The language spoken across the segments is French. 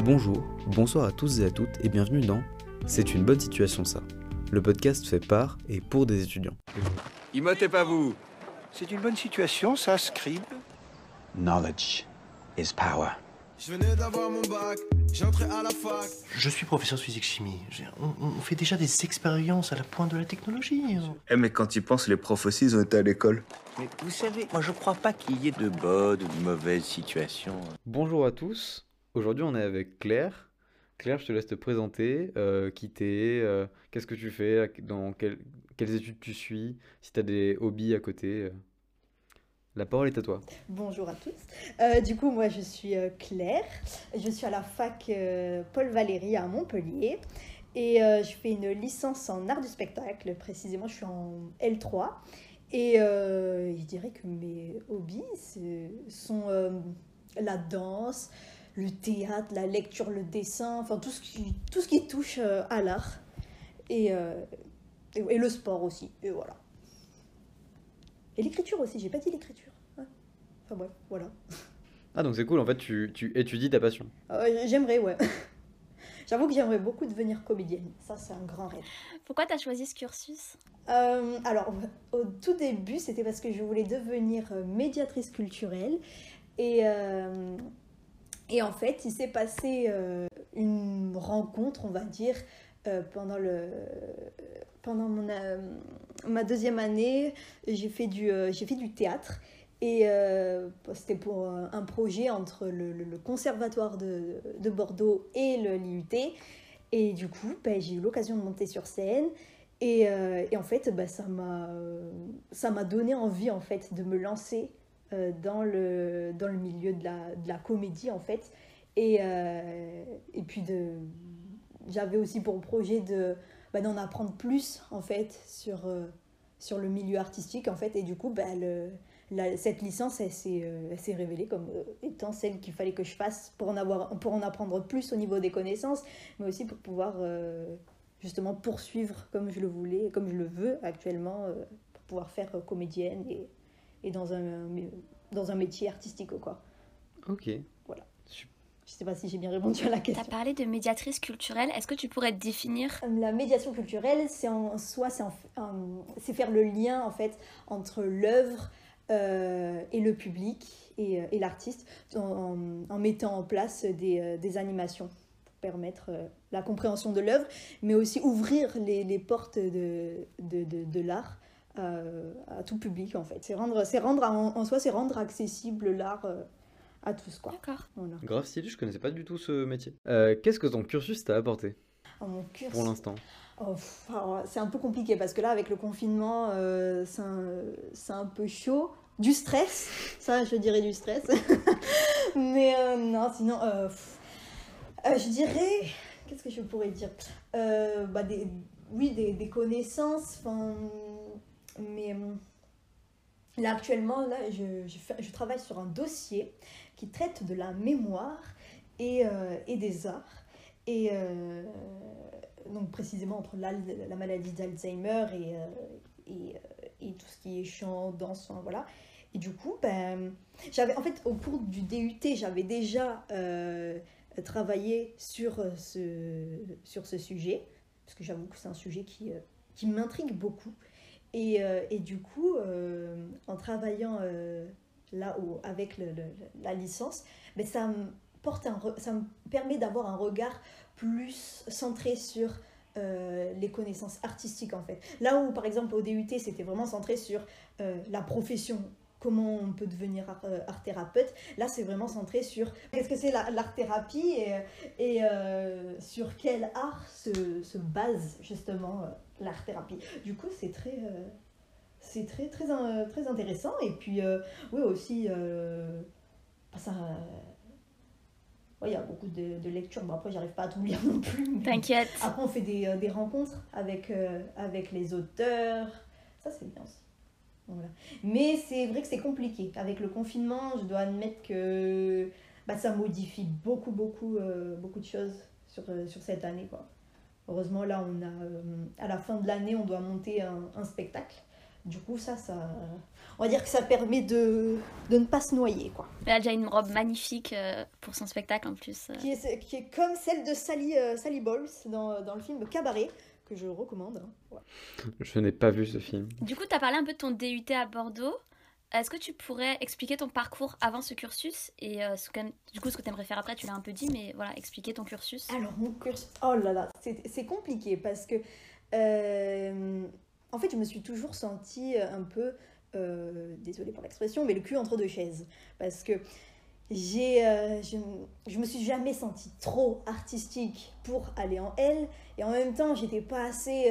Bonjour, bonsoir à tous et à toutes et bienvenue dans C'est une bonne situation ça, le podcast fait par et pour des étudiants. Immotez pas vous. C'est une bonne situation, ça, Scribe. Knowledge is power. Je venais d'avoir mon bac, j'entrais à la fac. Je suis professeur de physique-chimie. On fait déjà des expériences à la pointe de la technologie. Mais quand tu penses, les profs aussi, ils ont été à l'école. Mais vous savez, moi je crois pas qu'il y ait de bonnes ou de mauvaises situations. Bonjour à tous, aujourd'hui on est avec Claire. Claire, je te laisse te présenter, qui t'es, qu'est-ce que tu fais, dans quelles études tu suis, si tu as des hobbies à côté. La parole est à toi. Bonjour à tous. Du coup, moi, je suis Claire. Je suis à la fac Paul Valéry à Montpellier. Et je fais une licence en art du spectacle. Précisément, je suis en L3. Et je dirais que mes hobbies sont la danse, le théâtre, la lecture, le dessin, enfin tout ce qui touche à l'art. Et le sport aussi. Et voilà. Et l'écriture aussi, j'ai pas dit l'écriture. Ouais. Enfin bref, voilà. Ah donc c'est cool, en fait tu étudies ta passion. J'aimerais, ouais. J'avoue que j'aimerais beaucoup devenir comédienne. Ça, c'est un grand rêve. Pourquoi tu as choisi ce cursus ? Alors, au tout début, c'était parce que je voulais devenir médiatrice culturelle. Et en fait, il s'est passé une rencontre, on va dire, pendant ma deuxième année. J'ai fait du théâtre. Et c'était pour un projet entre le conservatoire de Bordeaux et le l'IUT. Et du coup, j'ai eu l'occasion de monter sur scène. Et en fait, ça m'a donné envie en fait, de me lancer dans le milieu de la comédie, en fait. Et puis, j'avais aussi pour projet d'en apprendre plus, en fait, sur le milieu artistique, en fait. Et du coup, cette licence, elle s'est révélée comme étant celle qu'il fallait que je fasse pour en apprendre plus au niveau des connaissances, mais aussi pour pouvoir justement poursuivre comme je le voulais, comme je le veux actuellement, pour pouvoir faire comédienne et dans un métier artistique, quoi. Ok. Voilà. Je sais pas si j'ai bien répondu à la question. Tu as parlé de médiatrice culturelle, est-ce que tu pourrais te définir ? La médiation culturelle, c'est faire le lien en fait entre l'œuvre et le public et l'artiste en mettant en place des animations pour permettre la compréhension de l'œuvre, mais aussi ouvrir les portes de l'art à tout public, en fait. C'est rendre accessible l'art à tous, quoi. D'accord. Voilà. Grave stylé, je connaissais pas du tout ce métier. Qu'est-ce que ton cursus t'a apporté Mon cursus, pour l'instant? Alors, c'est un peu compliqué parce que là, avec le confinement, c'est un peu chaud. Du stress, ça, je dirais du stress. Mais non, sinon, je dirais, qu'est-ce que je pourrais dire ? Des connaissances, mais là, actuellement, là, je travaille sur un dossier qui traite de la mémoire et des arts. Et donc précisément entre la maladie d'Alzheimer et tout ce qui est chant, danse, enfin, voilà. Et du coup, au cours du DUT, j'avais déjà travaillé sur ce sujet, parce que j'avoue que c'est un sujet qui m'intrigue beaucoup. Et du coup, en travaillant avec la licence, ça me permet d'avoir un regard plus centré sur les connaissances artistiques, en fait. Là où, par exemple, au DUT, c'était vraiment centré sur la profession, comment on peut devenir art-thérapeute. Là, c'est vraiment centré sur qu'est-ce que c'est l'art-thérapie et sur quel art se base, justement, l'art-thérapie. Du coup, c'est très intéressant. Et puis, oui, aussi, il y a beaucoup de lectures. Bon, après, j'arrive pas à tout lire non plus. T'inquiète. Après, on fait des rencontres avec les auteurs. Ça, c'est bien aussi. Voilà. Mais c'est vrai que c'est compliqué. Avec le confinement, je dois admettre que ça modifie beaucoup de choses sur cette année, quoi. Heureusement, là, à la fin de l'année, on doit monter un spectacle Du coup, on va dire que ça permet de ne pas se noyer, quoi. Elle a déjà une robe magnifique pour son spectacle en plus. Qui est comme celle de Sally Bowles dans le film Cabaret, que je recommande. Hein. Ouais. Je n'ai pas vu ce film. Du coup, tu as parlé un peu de ton DUT à Bordeaux. Est-ce que tu pourrais expliquer ton parcours avant ce cursus et ce que tu aimerais faire après, tu l'as un peu dit, mais voilà, expliquer ton cursus. Alors, mon cursus, oh là là, c'est compliqué parce que, en fait, je me suis toujours sentie un peu, désolée pour l'expression, mais le cul entre deux chaises. Parce que je me suis jamais sentie trop artistique pour aller en L, et en même temps, j'étais pas assez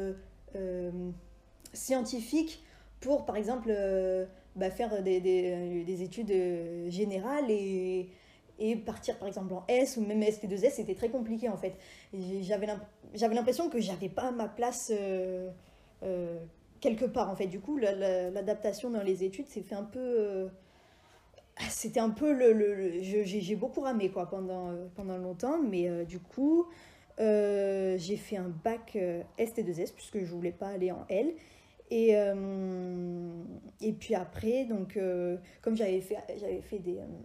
scientifique pour, par exemple, faire des études générales et partir par exemple en S ou même ST2S, c'était très compliqué en fait. J'avais l'impression que j'avais pas ma place quelque part en fait. Du coup, l'adaptation dans les études s'est fait un peu... c'était un peu j'ai beaucoup ramé quoi pendant longtemps, mais du coup, j'ai fait un bac ST2S puisque je voulais pas aller en L. Et puis après, donc, comme j'avais fait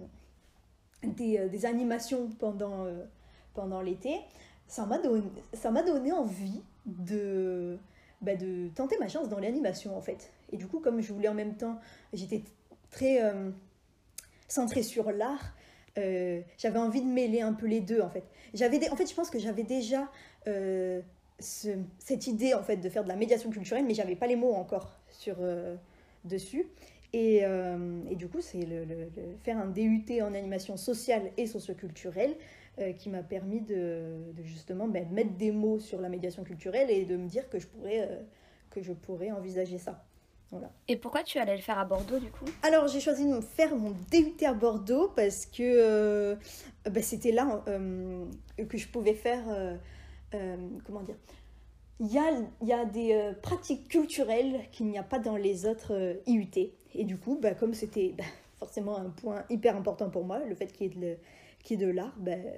des animations pendant l'été, ça m'a donné envie de tenter ma chance dans l'animation en fait. Et du coup, comme je voulais en même temps, j'étais très centrée sur l'art, j'avais envie de mêler un peu les deux en fait. En fait, je pense que j'avais déjà cette idée en fait de faire de la médiation culturelle, mais j'avais pas les mots encore dessus. Et du coup, c'est faire un DUT en animation sociale et socioculturelle qui m'a permis de justement mettre des mots sur la médiation culturelle et de me dire que je pourrais envisager ça. Voilà. Et pourquoi tu allais le faire à Bordeaux du coup ? Alors j'ai choisi de faire mon DUT à Bordeaux parce que c'était là que je pouvais faire... comment dire, il y a des pratiques culturelles qu'il n'y a pas dans les autres IUT. Et du coup, comme c'était forcément un point hyper important pour moi, le fait qu'il y ait de l'art,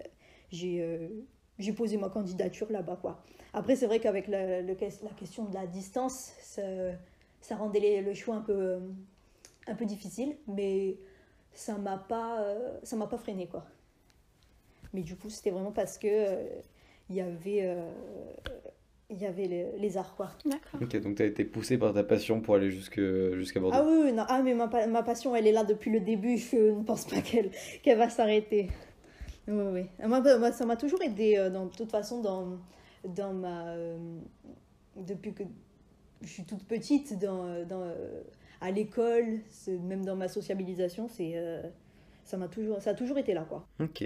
j'ai posé ma candidature là-bas, quoi. Après, c'est vrai qu'avec la question de la distance, ça rendait le choix un peu difficile, mais ça m'a pas freiné, quoi. Mais du coup, c'était vraiment parce que il y avait les arts, quoi. D'accord. Ok, donc tu as été poussée par ta passion pour aller jusqu'à Bordeaux. Ah oui, non, mais ma passion, elle est là depuis le début. Je ne pense pas qu'elle va s'arrêter. Oui. Moi, ça m'a toujours aidé, de toute façon, dans ma... depuis que je suis toute petite, à l'école, même dans ma sociabilisation, ça a toujours été là, quoi. Ok.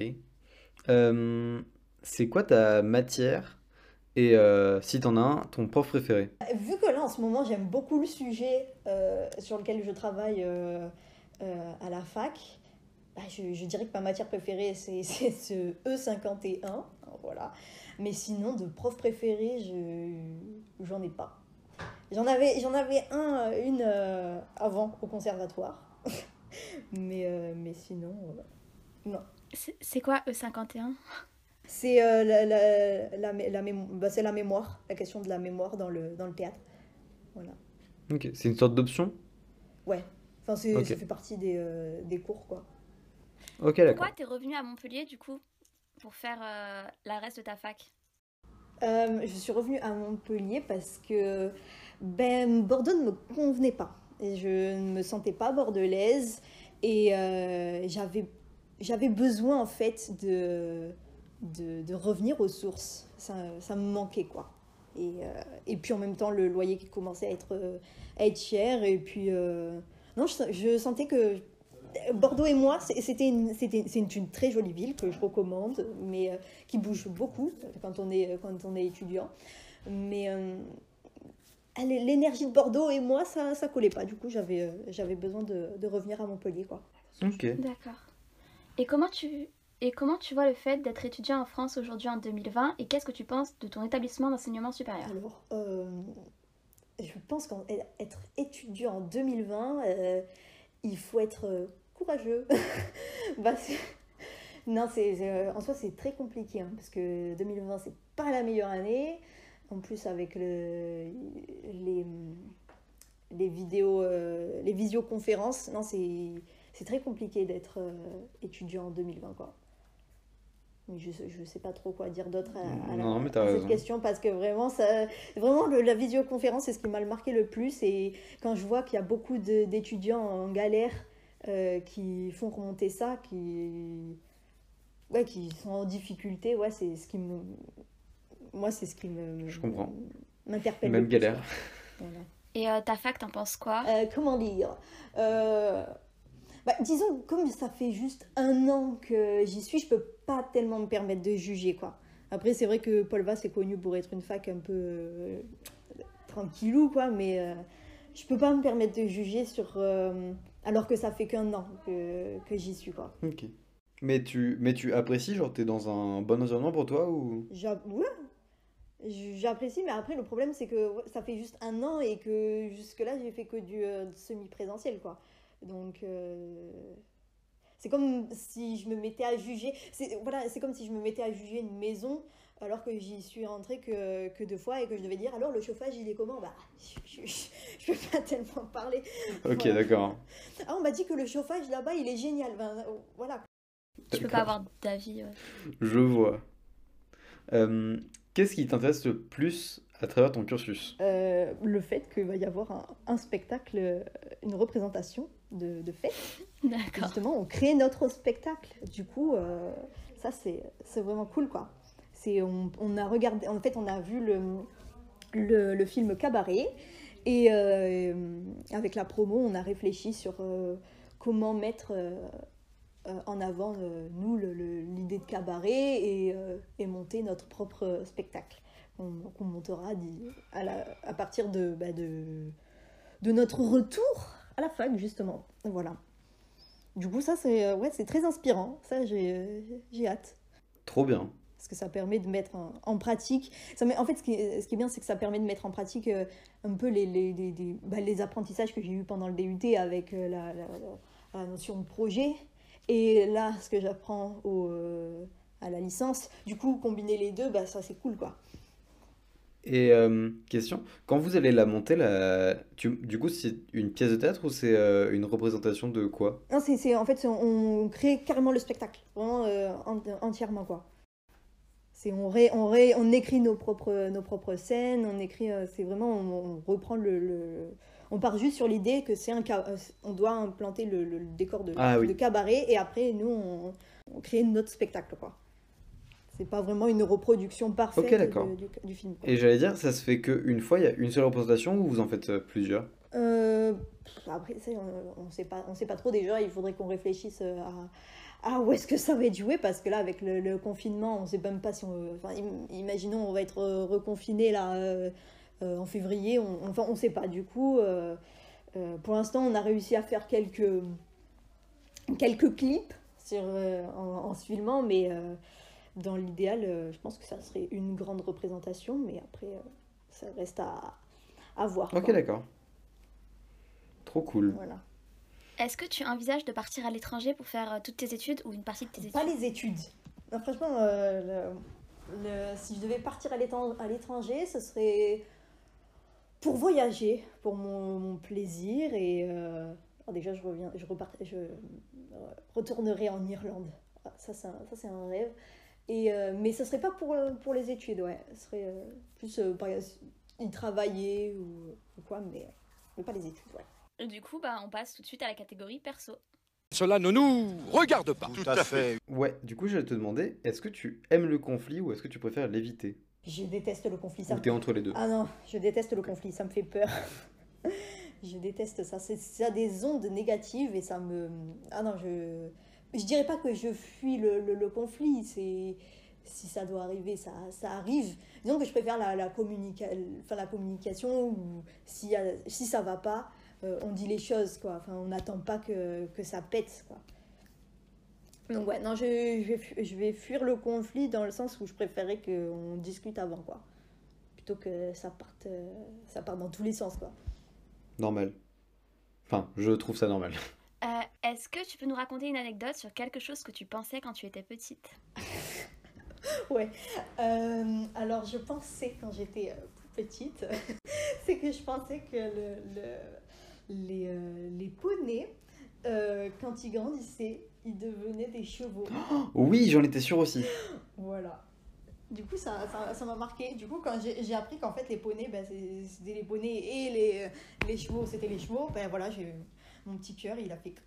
C'est quoi ta matière et si t'en as un, ton prof préféré? Vu que là, en ce moment, j'aime beaucoup le sujet sur lequel je travaille à la fac, je dirais que ma matière préférée, c'est ce E51, voilà. Mais sinon, de prof préféré, j'en ai pas. J'en avais une avant au conservatoire, mais sinon, non. C'est quoi E51 ? C'est c'est la mémoire, la question de la mémoire dans le théâtre. Voilà. Ok, c'est une sorte d'option? Ouais, enfin, Ok. ça fait partie des cours, quoi. Ok, d'accord. Pourquoi t'es revenue à Montpellier du coup pour faire la reste de ta fac ? Je suis revenue à Montpellier parce que Bordeaux ne me convenait pas. Et je ne me sentais pas bordelaise et j'avais besoin en fait de revenir aux sources. Ça me manquait, quoi. Et puis en même temps, le loyer qui commençait à être cher. Et puis, non, je sentais que Bordeaux et moi, c'est une très jolie ville que je recommande, mais qui bouge beaucoup quand on est étudiant. Mais l'énergie de Bordeaux et moi, ça collait pas. Du coup, j'avais besoin de revenir à Montpellier, quoi. Ok. D'accord. Et comment tu vois le fait d'être étudiant en France aujourd'hui en 2020 et qu'est-ce que tu penses de ton établissement d'enseignement supérieur ? Alors, je pense qu'être étudiant en 2020, il faut être courageux. Non, en soi, c'est très compliqué, hein, parce que 2020, c'est pas la meilleure année. En plus, avec les visioconférences. Non, c'est très compliqué d'être étudiant en 2020, quoi. Mais je sais pas trop quoi dire d'autre Non, mais t'as à cette raison. question, parce que vraiment, la visioconférence, c'est ce qui m'a marqué le plus. Et quand je vois qu'il y a beaucoup d'étudiants en galère qui font remonter ça, qui sont en difficulté, ouais, c'est ce qui me... Moi, c'est ce qui Je comprends. m'interpelle Même le plus, galère. quoi. Voilà. Et ta fac, t'en penses quoi? Comment dire disons, comme ça fait juste 1 an que j'y suis, je peux pas tellement me permettre de juger, quoi. Après, c'est vrai que Paul Vasse est connu pour être une fac un peu tranquillou, quoi, mais je peux pas me permettre de juger alors que ça fait qu'1 an que j'y suis, quoi. Ok. Mais tu apprécies, genre t'es dans un bon environnement pour toi ou... Ouais, j'apprécie, mais après, le problème, c'est que ça fait juste 1 an et que jusque-là, j'ai fait que du semi-présentiel, quoi. Donc, c'est comme si je me mettais à juger. C'est comme si je me mettais à juger une maison alors que j'y suis rentrée que 2 fois et que je devais dire alors le chauffage il est comment? Bah, je peux pas tellement parler. Ok, Voilà. d'accord. Ah, on m'a dit que le chauffage là-bas il est génial. Ben, voilà. Tu peux pas avoir d'avis. Je vois. Qu'est-ce qui t'intéresse le plus à travers ton cursus? Le fait qu'il va y avoir un spectacle, une représentation de fête. D'accord. Justement, on crée notre spectacle. Du coup, ça, c'est vraiment cool, quoi. On a regardé, en fait, on a vu le film Cabaret. Et avec la promo, on a réfléchi sur comment mettre en avant, nous, l'idée de Cabaret et monter notre propre spectacle. Qu'on montera à partir de notre retour à la fac, justement. Voilà. Du coup, ça, c'est très inspirant. Ça, j'ai hâte. Trop bien. Parce que ça permet de mettre en pratique. En fait, ce qui est bien, c'est que ça permet de mettre en pratique un peu les apprentissages que j'ai eus pendant le DUT avec la notion de projet. Et là, ce que j'apprends à la licence. Du coup, combiner les deux, ça, c'est cool, quoi. Et question, quand vous allez la monter, du coup, c'est une pièce de théâtre ou c'est une représentation de quoi? Non, en fait, on crée carrément le spectacle, vraiment entièrement, quoi. On écrit nos propres scènes, c'est vraiment, on reprend on part juste sur l'idée que on doit implanter le décor Ah oui. de Cabaret, et après, nous, on crée notre spectacle, quoi. C'est pas vraiment une reproduction parfaite Ok, d'accord. du film, quoi. Et j'allais dire, ça se fait qu'une fois, il y a une seule représentation ou vous en faites plusieurs? Après, ça, on sait pas trop déjà. Il faudrait qu'on réfléchisse à où est-ce que ça va être joué, parce que là, avec le confinement, on sait même pas si imaginons, on va être reconfiné là en février. On sait pas. Du coup, pour l'instant, on a réussi à faire quelques clips en se filmant, mais dans l'idéal, je pense que ça serait une grande représentation, mais après, ça reste à voir, Ok, quoi. d'accord. Trop cool. Voilà. Est-ce que tu envisages de partir à l'étranger pour faire toutes tes études ou une partie de tes études? Pas les études. Non, franchement, si je devais partir à l'étranger, ce serait pour voyager, pour mon plaisir. Et alors déjà, je retournerai en Irlande. Ah, ça, c'est un rêve. Mais ce serait pas pour les études, ouais. Ce serait plus par exemple, y travailler ou quoi, mais pas les études, ouais. Du coup, on passe tout de suite à la catégorie perso. Cela ne nous regarde pas. Tout à fait. Ouais, du coup, je vais te demander, est-ce que tu aimes le conflit ou est-ce que tu préfères l'éviter? Je déteste le conflit. Ou t'es entre les deux? Ah non, je déteste le conflit, ça me fait peur. Je déteste ça. Ça a des ondes négatives et ça me... Ah non, je dirais pas que je fuis le conflit. Si ça doit arriver, ça arrive. Disons que je préfère la communication, ou si ça va pas, on dit les choses, quoi. Enfin, on n'attend pas que ça pète, quoi. Donc ouais, non, je vais fuir le conflit dans le sens où je préférerais qu'on discute avant, quoi. Plutôt que ça parte dans tous les sens, quoi. Normal. Enfin, je trouve ça normal. Est-ce que tu peux nous raconter une anecdote sur quelque chose que tu pensais quand tu étais petite? Ouais. Alors, je pensais quand j'étais plus petite, c'est que je pensais que les poneys, quand ils grandissaient, ils devenaient des chevaux. Oui, j'en étais sûr aussi. Voilà. Du coup, ça m'a marqué. Du coup, quand j'ai appris qu'en fait, les poneys, ben, c'était les poneys et les chevaux, c'était les chevaux, ben voilà, mon petit cœur, il a fait...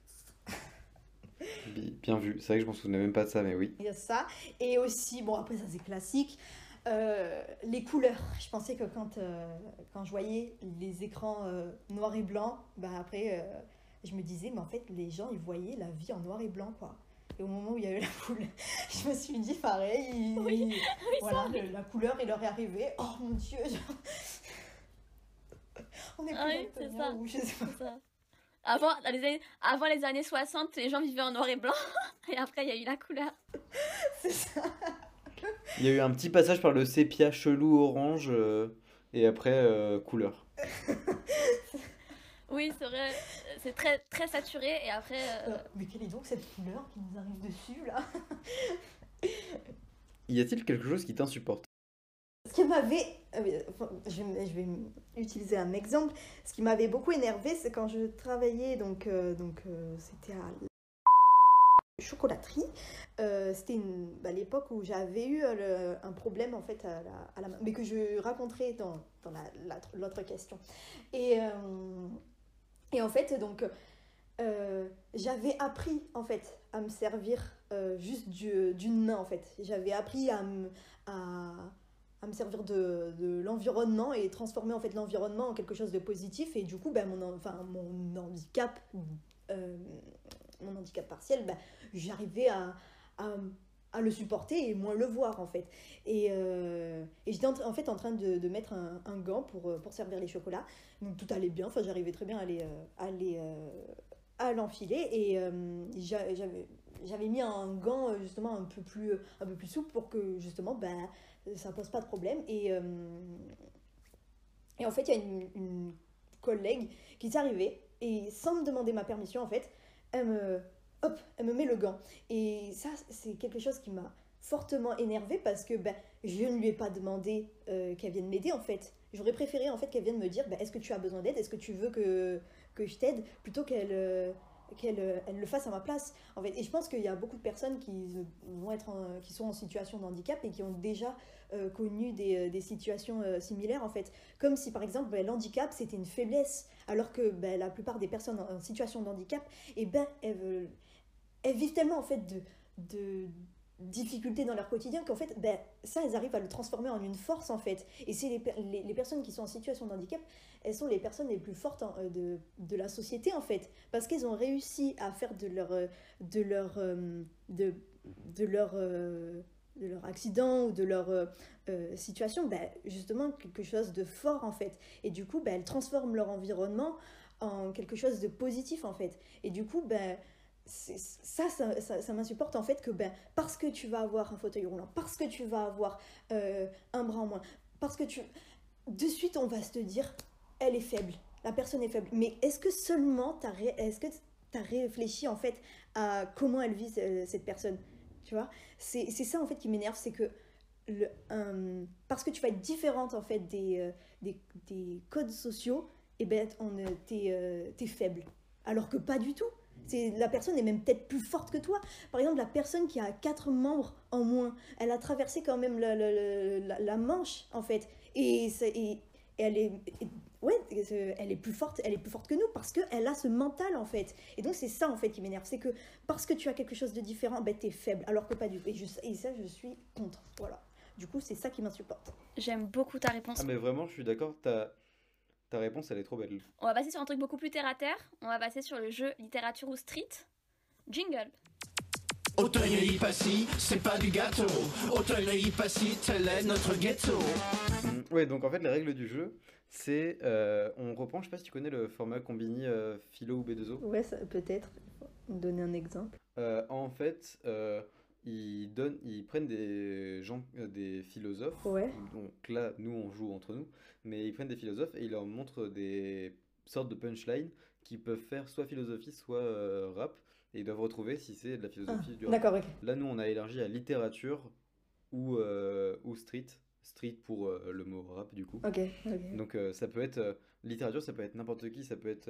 Bien vu. C'est vrai que je m'en souvenais même pas de ça, mais oui. Il y a ça. Et aussi, bon, après, ça c'est classique, les couleurs. Je pensais que quand je voyais les écrans noir et blanc, ben après, je me disais, mais en fait, les gens, ils voyaient la vie en noir et blanc, quoi. Et au moment où il y a eu la couleur, je me suis dit pareil. Voilà, la couleur, il leur est arrivé. Oh mon Dieu, on est plus c'est dans le ça. où je sais pas. C'est ça. Avant les années 60, les gens vivaient en noir et blanc. Et après, il y a eu la couleur. C'est ça. Il y a eu un petit passage par le sépia chelou orange et après couleur. Oui, c'est vrai. C'est très, très saturé. Et après... Mais quelle est donc cette couleur qui nous arrive dessus, là? Y a-t-il quelque chose qui t'insupporte? Ce qui m'avait... je vais utiliser un exemple. Ce qui m'avait beaucoup énervé, c'est quand je travaillais, c'était à la chocolaterie. C'était l'époque où j'avais eu un problème, en fait, à la main, mais que je raconterai dans l'autre question. Et en fait, donc... j'avais appris en fait à me servir juste d'une main en fait. J'avais appris à me servir de l'environnement et transformer en fait l'environnement en quelque chose de positif. Et du coup, mon handicap, mon handicap partiel, j'arrivais à le supporter et moins le voir en fait. Et j'étais en fait en train de mettre un gant pour servir les chocolats. Donc tout allait bien, enfin j'arrivais très bien à l'enfiler et j'avais mis un gant justement un peu plus souple pour que justement ça pose pas de problème et en fait il y a une collègue qui s'est arrivée et sans me demander ma permission en fait elle me met le gant et ça c'est quelque chose qui m'a fortement énervée parce que je ne lui ai pas demandé qu'elle vienne m'aider en fait. J'aurais préféré en fait qu'elle vienne me dire est-ce que tu as besoin d'aide, est-ce que tu veux que je t'aide, plutôt qu'elle le fasse à ma place en fait. Et je pense qu'il y a beaucoup de personnes qui sont en situation de handicap et qui ont déjà connu des situations similaires en fait, comme si par exemple l'handicap c'était une faiblesse alors que la plupart des personnes en situation de handicap elles vivent tellement en fait de difficultés dans leur quotidien qu'en fait ça elles arrivent à le transformer en une force en fait. Et c'est les personnes qui sont en situation de handicap, elles sont les personnes les plus fortes de la société en fait, parce qu'elles ont réussi à faire de leur accident ou de leur situation justement quelque chose de fort en fait. Et du coup elles transforment leur environnement en quelque chose de positif en fait. Et du coup ça m'insupporte en fait que parce que tu vas avoir un fauteuil roulant, parce que tu vas avoir un bras en moins, parce que de suite on va se dire elle est faible, la personne est faible. Mais est-ce que seulement t'as réfléchi en fait à comment elle vit cette personne, tu vois? C'est ça en fait qui m'énerve, c'est que parce que tu vas être différente en fait des codes sociaux, et t'es faible, alors que pas du tout. La personne est même peut-être plus forte que toi. Par exemple, la personne qui a 4 membres en moins, elle a traversé quand même la Manche, en fait. Et elle est plus forte que nous parce qu'elle a ce mental, en fait. Et donc, c'est ça, en fait, qui m'énerve. C'est que parce que tu as quelque chose de différent, t'es faible, alors que pas du tout. Et ça, je suis contre. Voilà. Du coup, c'est ça qui m'insupporte. J'aime beaucoup ta réponse. Ah mais vraiment, je suis d'accord, ta réponse, elle est trop belle. On va passer sur un truc beaucoup plus terre à terre. On va passer sur le jeu littérature ou street. Jingle. Auteuil-Passy, c'est pas du gâteau. Auteuil-Passy, tel est notre ghetto. Ouais, donc en fait, les règles du jeu, c'est... on reprend, je sais pas si tu connais le format Combini philo ou B2O. Ouais, ça, peut-être. Donner un exemple. En fait, ils prennent des gens, des philosophes. Ouais. Donc là, nous, on joue entre nous. Mais ils prennent des philosophes et ils leur montrent des sortes de punchlines qui peuvent faire soit philosophie, soit rap. Et ils doivent retrouver si c'est de la philosophie du rap. D'accord, ok. Là, nous, on a élargi à littérature ou street. street pour le mot rap du coup. Ok, ok. Donc ça peut être littérature, ça peut être n'importe qui, ça peut être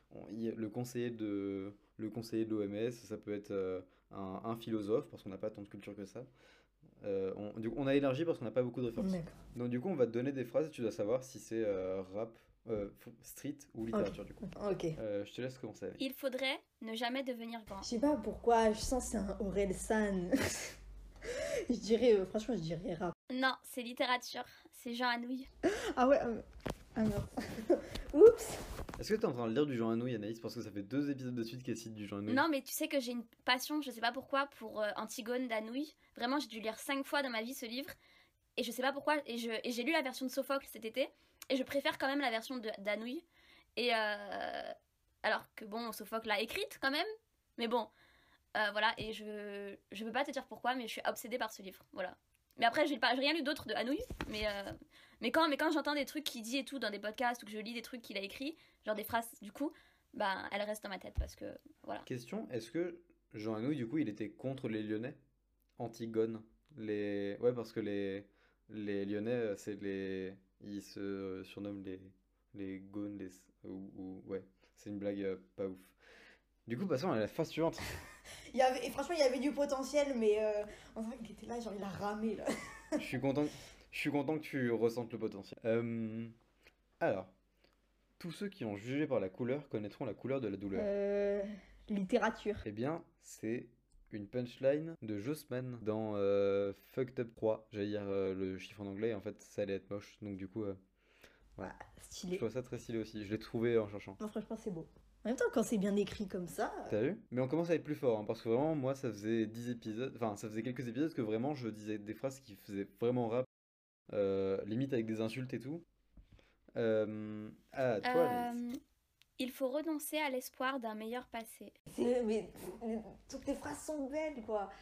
le conseiller de l'OMS, ça peut être un philosophe parce qu'on n'a pas tant de culture que ça. Du coup, on a élargi parce qu'on n'a pas beaucoup de références. D'accord. Donc du coup, on va te donner des phrases et tu dois savoir si c'est rap, street ou littérature du coup. Ok. Je te laisse commencer. Il faudrait ne jamais devenir grand. Je sais pas pourquoi, je sens que c'est un Orelsan. Franchement, je dirais rap. Non, c'est littérature. C'est Jean Anouilh. Ah ouais, ah non. Oups. Est-ce que tu es en train de lire du Jean Anouilh, Anaïs? Parce que ça fait 2 épisodes de suite qu'elle cite du Jean Anouilh. Non, mais tu sais que j'ai une passion, je sais pas pourquoi, pour Antigone d'Anouilh. Vraiment, j'ai dû lire 5 fois dans ma vie ce livre. Et je sais pas pourquoi. Et j'ai lu la version de Sophocle cet été. Et je préfère quand même la version d'Anouilh. Et alors que bon, Sophocle l'a écrite quand même. Mais bon, voilà. Et je peux pas te dire pourquoi, mais je suis obsédée par ce livre. Voilà. Mais après, j'ai rien lu d'autre de Anouilh. Mais quand j'entends des trucs qu'il dit et tout dans des podcasts ou que je lis des trucs qu'il a écrits, genre des phrases, du coup, bah, elles restent dans ma tête parce que voilà. Question, est-ce que Jean Anouilh, du coup, il était contre les Lyonnais? Antigone. Ouais, parce que les Lyonnais, ils se surnomment les Gaunes, ouais, c'est une blague pas ouf. Du coup, passons à la phase suivante. Franchement, il y avait du potentiel, mais on dirait qu'il était là, genre il a ramé là. Je suis content que tu ressentes le potentiel. Alors, tous ceux qui ont jugé par la couleur connaîtront la couleur de la douleur. Littérature. Eh bien, c'est une punchline de Jossman dans Fucked Up 3. J'allais dire le chiffre en anglais, en fait, ça allait être moche. Donc, du coup, ouais. Stylé. Je trouve ça très stylé aussi. Je l'ai trouvé en cherchant. Non, franchement, c'est beau. En même temps, quand c'est bien écrit comme ça. T'as vu? Mais on commence à être plus fort, hein, parce que vraiment, moi, ça faisait 10 épisodes, enfin, ça faisait quelques épisodes que vraiment je disais des phrases qui faisaient vraiment rap, limite avec des insultes et tout. Toi, Anaïs. Il faut renoncer à l'espoir d'un meilleur passé. Mais toutes les phrases sont belles, quoi.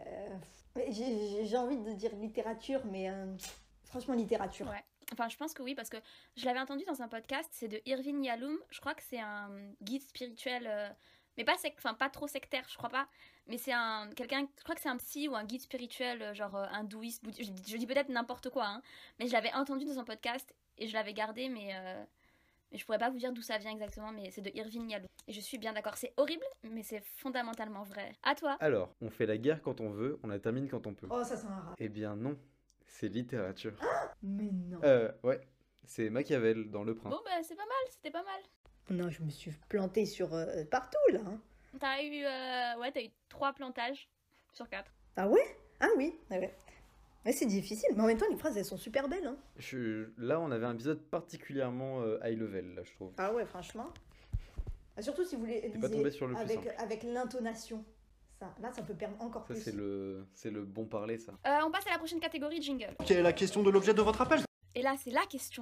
J'ai envie de dire littérature, mais franchement, littérature. Ouais. Enfin, je pense que oui, parce que je l'avais entendu dans un podcast, c'est de Irvin Yalom. Je crois que c'est un guide spirituel, mais pas trop sectaire, je crois pas. Mais c'est je crois que c'est un psy ou un guide spirituel, genre hindouiste, bouddhiste. Je dis peut-être n'importe quoi, hein. Mais je l'avais entendu dans un podcast et je l'avais gardé, mais je pourrais pas vous dire d'où ça vient exactement, mais c'est de Irvin Yalom. Et je suis bien d'accord, c'est horrible, mais c'est fondamentalement vrai. À toi. Alors, on fait la guerre quand on veut, on la termine quand on peut. Oh, ça, c'est un rap. Eh bien, non. C'est littérature. Mais non. Ouais. C'est Machiavel dans Le Prince. Bon, bah, c'est pas mal, c'était pas mal. Non, je me suis plantée sur partout, là. Hein. T'as eu 3 plantages sur 4. Ah ouais? Ah oui, ouais. Mais c'est difficile, mais en même temps, les phrases, elles sont super belles. Hein. Là, on avait un épisode particulièrement high level, là, je trouve. Ah ouais, franchement. Surtout si vous les pas tombé sur le plus lisez simple. avec l'intonation. Là, ça peut perdre encore Ça, plus. c'est le bon parler, ça. On passe à la prochaine catégorie, jingle. Quelle est la question de l'objet de votre appel? Et là, c'est la question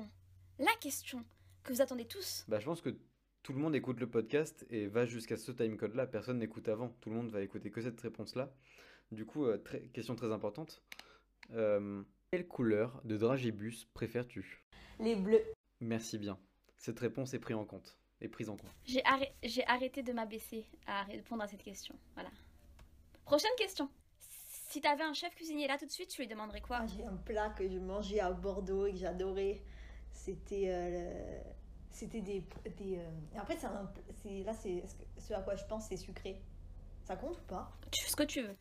que vous attendez tous. Bah, je pense que tout le monde écoute le podcast et va jusqu'à ce timecode-là. Personne n'écoute avant. Tout le monde va écouter que cette réponse-là. Du coup, question très importante. Quelle couleur de dragibus préfères-tu? Les bleus. Merci bien. Cette réponse est prise en compte. J'ai arrêté de m'abaisser à répondre à cette question. Voilà. Prochaine question. Si t'avais un chef cuisinier là tout de suite, tu lui demanderais quoi? J'ai un plat que je mangeais à Bordeaux et que j'adorais. C'était des après, c'est ce à quoi je pense, c'est sucré. Ça compte ou pas? Tu fais ce que tu veux.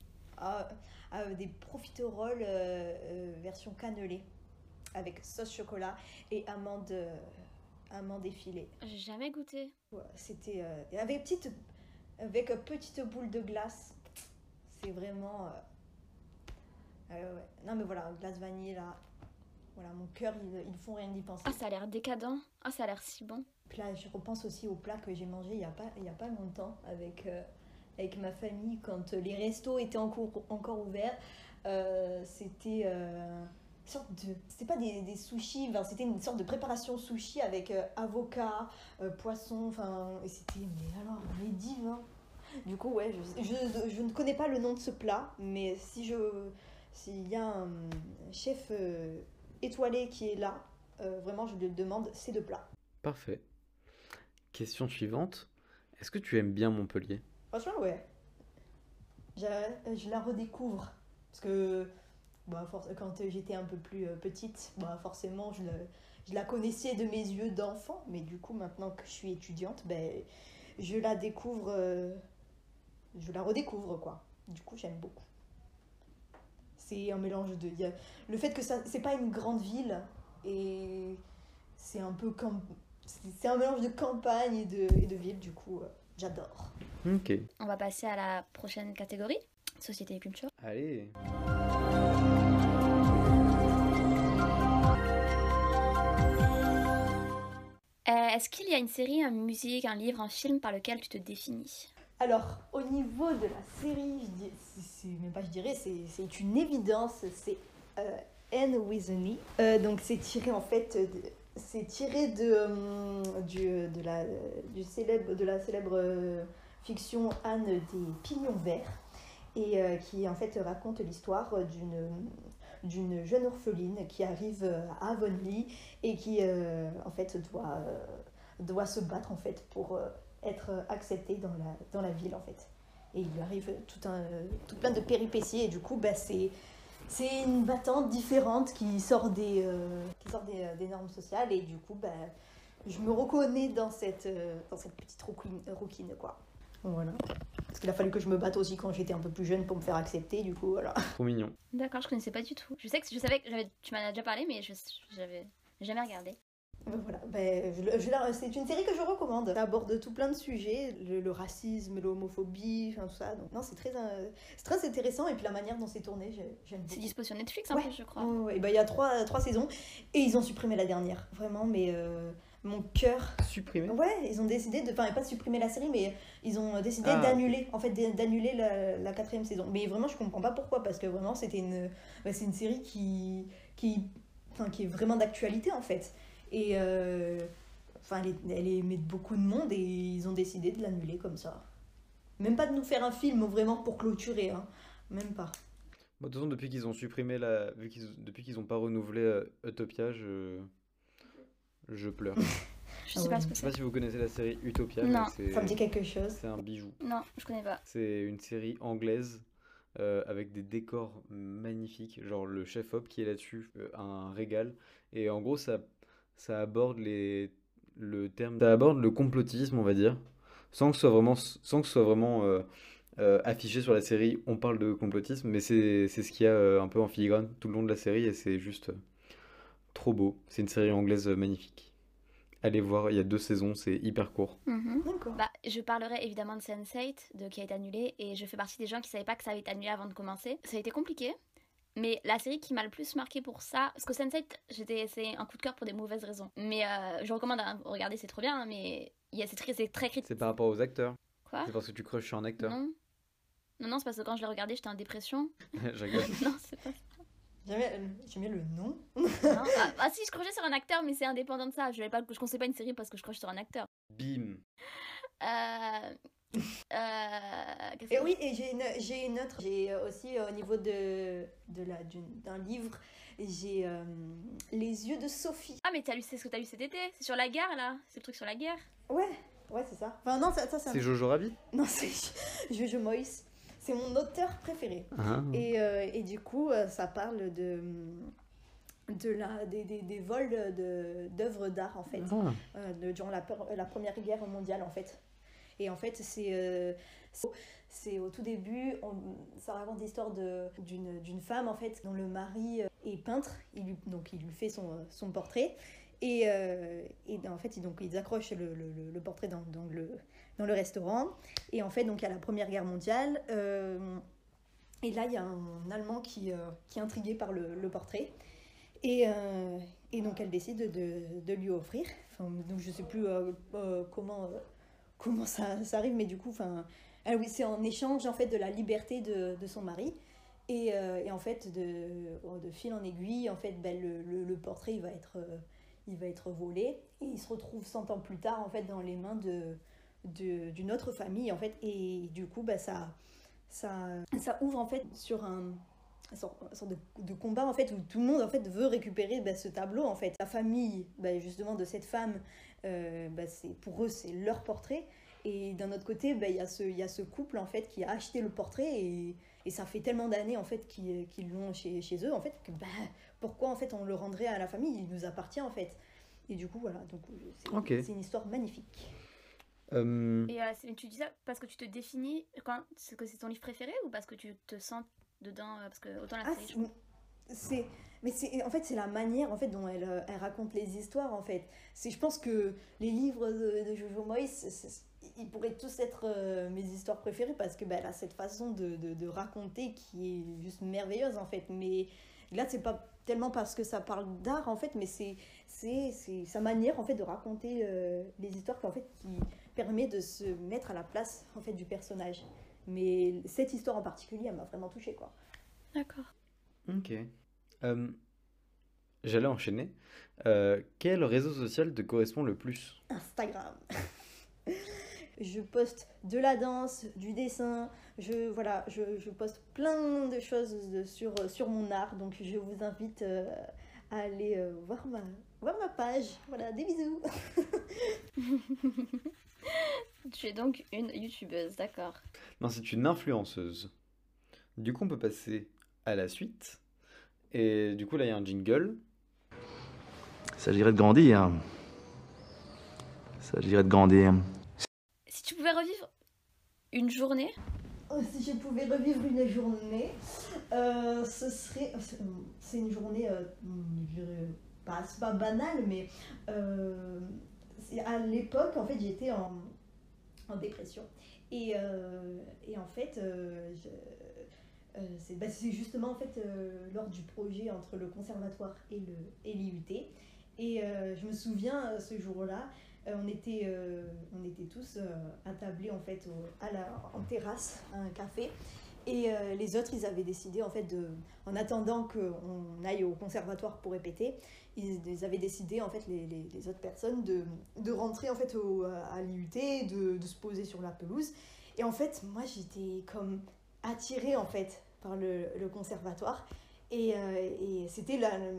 Des profiteroles version cannelée avec sauce chocolat et amandes effilées. J'ai jamais goûté. Ouais, c'était avec petite boule de glace. C'est vraiment ouais. Non mais voilà, glace vanille là. Voilà, mon cœur, ils font rien d'y penser. Ah, ça a l'air décadent. Ah, ça a l'air si bon. Puis là, je repense aussi au plat que j'ai mangé il y a pas longtemps avec ma famille quand les restos étaient encore ouverts. C'était c'était pas des sushis, enfin, c'était une sorte de préparation sushi avec avocat, poisson, enfin, et c'était mais divin. Du coup, ouais, je ne connais pas le nom de ce plat, mais s'il y a un chef étoilé qui est là, vraiment, je lui demande ces 2 plats. Parfait. Question suivante. Est-ce que tu aimes bien Montpellier? Franchement, ouais. Je la redécouvre. Parce que quand j'étais un peu plus petite, forcément je la connaissais de mes yeux d'enfant, mais du coup maintenant que je suis étudiante, je la découvre, je la redécouvre quoi. Du coup j'aime beaucoup. C'est un mélange le fait que c'est pas une grande ville et c'est un peu c'est un mélange de campagne et de ville, du coup j'adore. Ok. On va passer à la prochaine catégorie, société et culture. Allez. Est-ce qu'il y a une série, une musique, un livre, un film par lequel tu te définis? Alors, au niveau de la série, je dirais, c'est une évidence, c'est Anne with an E. Donc c'est tiré en fait, de la célèbre fiction Anne des Pignons Verts, et qui en fait raconte l'histoire d'une jeune orpheline qui arrive à Avonlea et qui en fait doit se battre en fait pour être acceptée dans la ville en fait. Et il lui arrive tout plein de péripéties, et du coup c'est une battante différente qui sort des normes sociales, et du coup je me reconnais dans cette petite rouquine quoi. Voilà. Parce qu'il a fallu que je me batte aussi quand j'étais un peu plus jeune pour me faire accepter, du coup voilà. Trop mignon. D'accord, je connaissais pas du tout. Je savais que tu m'en as déjà parlé, mais j'avais jamais regardé. Voilà, c'est une série que je recommande. Ça aborde tout plein de sujets, le racisme, l'homophobie, tout ça. Donc non, c'est très intéressant, et puis la manière dont c'est tourné, j'aime beaucoup. C'est dispo sur Netflix en plus, je crois. Ouais, il y a 3 saisons, et ils ont supprimé la dernière. Vraiment, mais mon cœur... Supprimé? Ouais, ils ont décidé pas de supprimer la série, mais ils ont décidé d'annuler la 4e saison. Mais vraiment, je comprends pas pourquoi, parce que vraiment, c'est une série qui est vraiment d'actualité en fait. Et elle aimée de beaucoup de monde, et ils ont décidé de l'annuler comme ça. Même pas de nous faire un film vraiment pour clôturer, hein. Même pas. Bon, de toute façon, depuis qu'ils ont supprimé depuis qu'ils ont pas renouvelé Utopia, je pleure. Je sais pas ce que Je sais c'est. pas si vous connaissez la série Utopia, Non. mais Ça me dit quelque chose. c'est un bijou. Non, je connais pas. C'est une série anglaise avec des décors magnifiques. Genre le chef-op qui est là-dessus a un régal. Et en gros, ça aborde ça aborde le complotisme, on va dire, sans que ce soit vraiment affiché sur la série. On parle de complotisme, mais c'est ce qu'il y a un peu en filigrane tout le long de la série, et c'est juste trop beau. C'est une série anglaise magnifique. Allez voir, il y a 2 saisons, c'est hyper court. D'accord. Je parlerai évidemment de Sense8, qui a été annulé, et je fais partie des gens qui savaient pas que ça avait été annulé avant de commencer. Ça a été compliqué, mais la série qui m'a le plus marqué pour ça, parce que Sense8, c'est un coup de cœur pour des mauvaises raisons. Mais je recommande à regarder, c'est trop bien, hein, mais c'est très critique. C'est par rapport aux acteurs. Quoi? C'est parce que tu crushes sur un acteur. Non, c'est parce que quand je l'ai regardé, j'étais en dépression. Je rigole. Non, c'est pas ça. J'aimais le nom. Non. Si, je crushais sur un acteur, mais c'est indépendant de ça. Je conseille pas une série parce que je crush sur un acteur. Bim. Et oui, et j'ai une autre. J'ai aussi au niveau d'un livre, j'ai Les yeux de Sophie. Ah, mais c'est ce que t'as lu cet été? C'est sur la guerre, là? C'est le truc sur la guerre? Ouais, c'est ça. Enfin non, ça c'est C'est Jojo Rabbit? Non, c'est Jojo Moyes. C'est mon auteur préféré. Ah. Et du coup, ça parle des vols d'œuvres d'art, en fait, durant la Première Guerre mondiale, en fait. Et en fait, c'est au tout début, ça raconte l'histoire d'une femme, en fait, dont le mari est peintre. Il lui fait son portrait. Et en fait, ils accrochent le portrait dans le restaurant. Et en fait, donc, il y a la Première Guerre mondiale. Et là, il y a un Allemand qui est intrigué par le portrait. Et donc, elle décide de lui offrir. Enfin, donc, je ne sais plus comment ça arrive, mais du coup, oui, c'est en échange en fait, de la liberté de son mari. Et en fait, de fil en aiguille, en fait, le portrait il va être volé, et il se retrouve 100 ans plus tard en fait dans les mains d'une autre famille en fait, et du coup ça ouvre en fait sur une sorte de combat en fait, où tout le monde en fait veut récupérer ce tableau en fait. La famille justement de cette femme, pour eux c'est leur portrait, Et d'un autre côté, il y a ce couple en fait qui a acheté le portrait et ça fait tellement d'années en fait qu'ils l'ont chez eux en fait que pourquoi en fait on le rendrait à la famille, il nous appartient en fait. Et du coup voilà, donc Ok. c'est une histoire magnifique. Et tu dis ça parce que tu te définis que c'est ton livre préféré ou parce que tu te sens dedans parce que autant la série. En fait c'est la manière en fait dont elle raconte les histoires en fait. Je pense que les livres de Jojo Moyes ils pourraient tous être mes histoires préférées parce que elle a cette façon de raconter qui est juste merveilleuse en fait. Mais là c'est pas tellement parce que ça parle d'art en fait, mais c'est sa manière en fait de raconter les histoires qui permet de se mettre à la place en fait du personnage. Mais cette histoire en particulier elle m'a vraiment touchée quoi. D'accord. Ok. J'allais enchaîner. Quel réseau social te correspond le plus? Instagram. Je poste de la danse, du dessin, je poste plein de choses sur mon art, donc je vous invite à aller voir ma page. Voilà, des bisous. Tu es donc une youtubeuse, d'accord. Non, c'est une influenceuse. Du coup, on peut passer à la suite. Et du coup, là, il y a un jingle. Il s'agirait de grandir. Il s'agirait de grandir. Si tu pouvais revivre une journée. Si je pouvais revivre une journée, ce serait... C'est une journée, je dirais, c'est pas banale, mais à l'époque, en fait, j'étais en dépression. Et en fait, c'est justement en fait, lors du projet entre le conservatoire et l'IUT. Et je me souviens, ce jour-là, on était tous attablés en fait en terrasse à un café et les autres ils avaient décidé en fait en attendant qu'on aille au conservatoire pour répéter, ils avaient décidé en fait les autres personnes de rentrer en fait à l'IUT, de se poser sur la pelouse. Et en fait moi j'étais comme attirée en fait par le conservatoire et c'était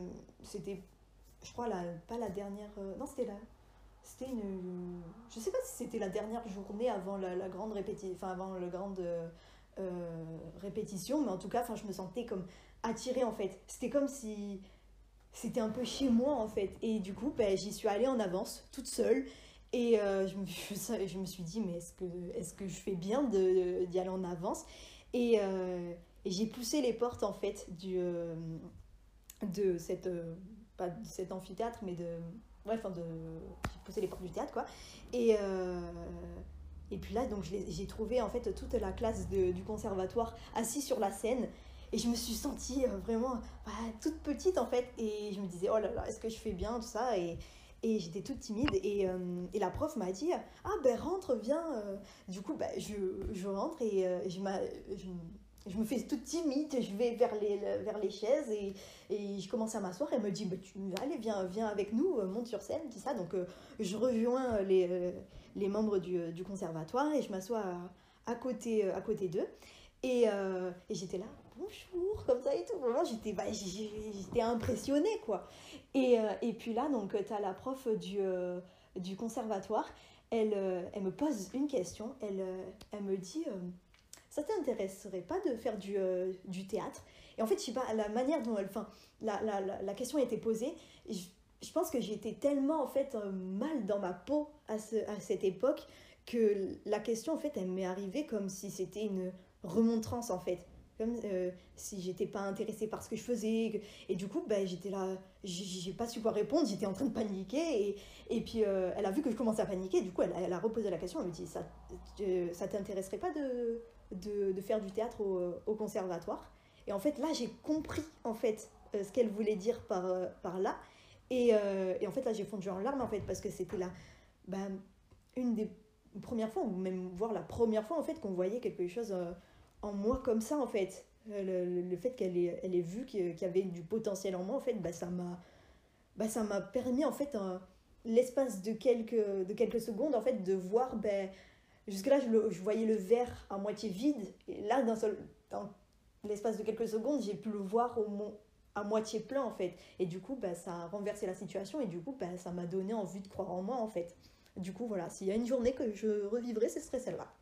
je crois pas la dernière non c'était je sais pas si c'était la dernière journée avant la grande répétition, enfin avant la grande répétition, mais en tout cas, je me sentais comme attirée en fait. C'était comme si c'était un peu chez moi en fait. Et du coup, j'y suis allée en avance, toute seule. Et je me suis dit, mais est-ce que je fais bien d'y aller en avance? Et j'ai poussé les portes en fait de cette, pas de cet amphithéâtre, mais j'ai poussé les portes du théâtre quoi. Et puis là donc j'ai trouvé en fait toute la classe du conservatoire assise sur la scène et je me suis sentie vraiment toute petite en fait et je me disais oh là là est-ce que je fais bien tout ça et j'étais toute timide et la prof m'a dit rentre viens du coup je rentre et je me fais toute timide, je vais vers les chaises et je commence à m'asseoir. Elle me dit allez, viens avec nous, monte sur scène, tout ça. Donc je rejoins les membres du conservatoire et je m'assois à côté d'eux. Et j'étais là, bonjour, comme ça et tout. Vraiment, j'étais impressionnée, quoi. Et puis là, donc, tu as la prof du conservatoire. Elle me pose une question. Elle me dit... ça t'intéresserait pas de faire du théâtre? Et en fait, je sais pas, la manière dont la question a été posée, je pense que j'étais tellement en fait mal dans ma peau à cette époque que la question en fait, elle m'est arrivée comme si c'était une remontrance en fait. Comme si j'étais pas intéressée par ce que je faisais. Et du coup, j'étais là, j'ai pas su quoi répondre, j'étais en train de paniquer. Et puis, elle a vu que je commençais à paniquer. Du coup, elle a reposé la question. Elle me dit, ça t'intéresserait pas de faire du théâtre au conservatoire? Et en fait, là, j'ai compris en fait ce qu'elle voulait dire par là. Et en fait, là, j'ai fondu en larmes en fait, parce que c'était une des premières fois, ou même voire la première fois en fait, qu'on voyait quelque chose en moi comme ça en fait. Le fait qu'elle ait vu qu'il y avait du potentiel en moi en fait, ça m'a permis en fait l'espace de quelques secondes en fait de voir jusque là je voyais le verre à moitié vide et là dans l'espace de quelques secondes j'ai pu le voir à moitié plein en fait et du coup ça a renversé la situation et du coup ça m'a donné envie de croire en moi en fait. Du coup, voilà, s'il y a une journée que je revivrais, ce serait celle-là.